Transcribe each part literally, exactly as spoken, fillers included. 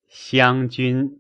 湘君。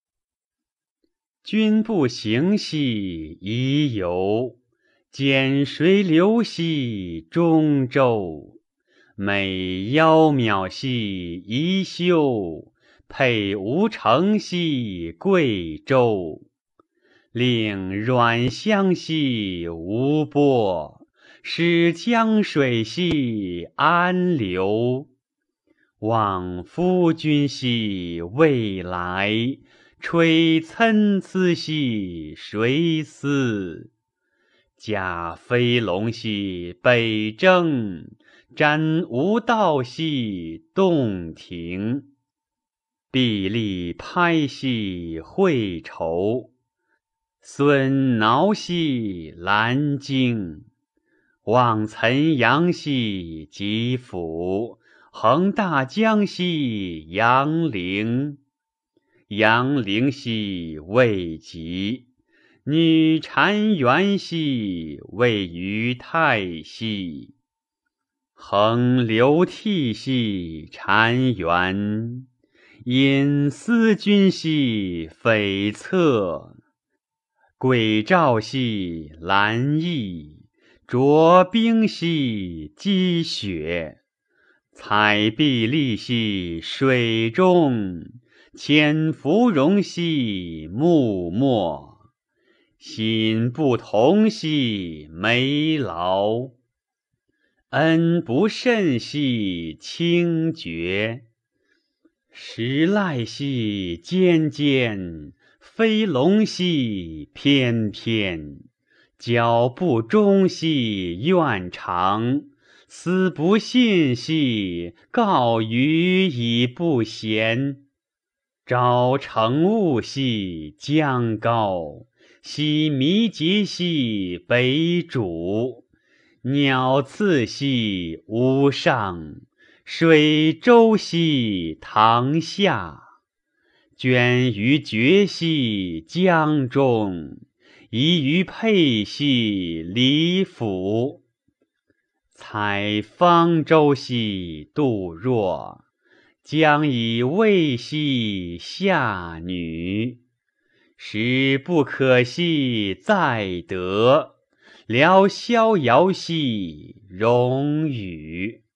君不行兮宜游，简水流兮中州。美窈窕兮宜修，佩无成兮贵州。令阮香兮无波，使江水兮安流。望夫君兮未来，吹参差兮谁思？驾飞龙兮北征，瞻无道兮洞庭。壁立拍兮会愁，孙挠兮兰荆。望岑阳兮吉府，横大江兮杨陵。杨陵兮未极，女婵媛兮位于太溪。横流涕兮婵媛，引思君兮悱恻。桂棹兮兰意，濯冰兮积雪。采碧丽兮水中，潜芙蓉兮木末。心不同兮梅劳，恩不甚兮清绝。时赖兮坚坚，飞龙兮翩翩。脚不忠兮怨长，思不信兮告余以不贤。朝乘雾兮江高，夕弥节兮北渚。鸟刺兮屋上，水周兮堂下。涓于决兮江中，遗于沛兮离府。采方舟兮杜若，将以慰兮夏女。时不可兮再得，聊逍遥兮荣宇。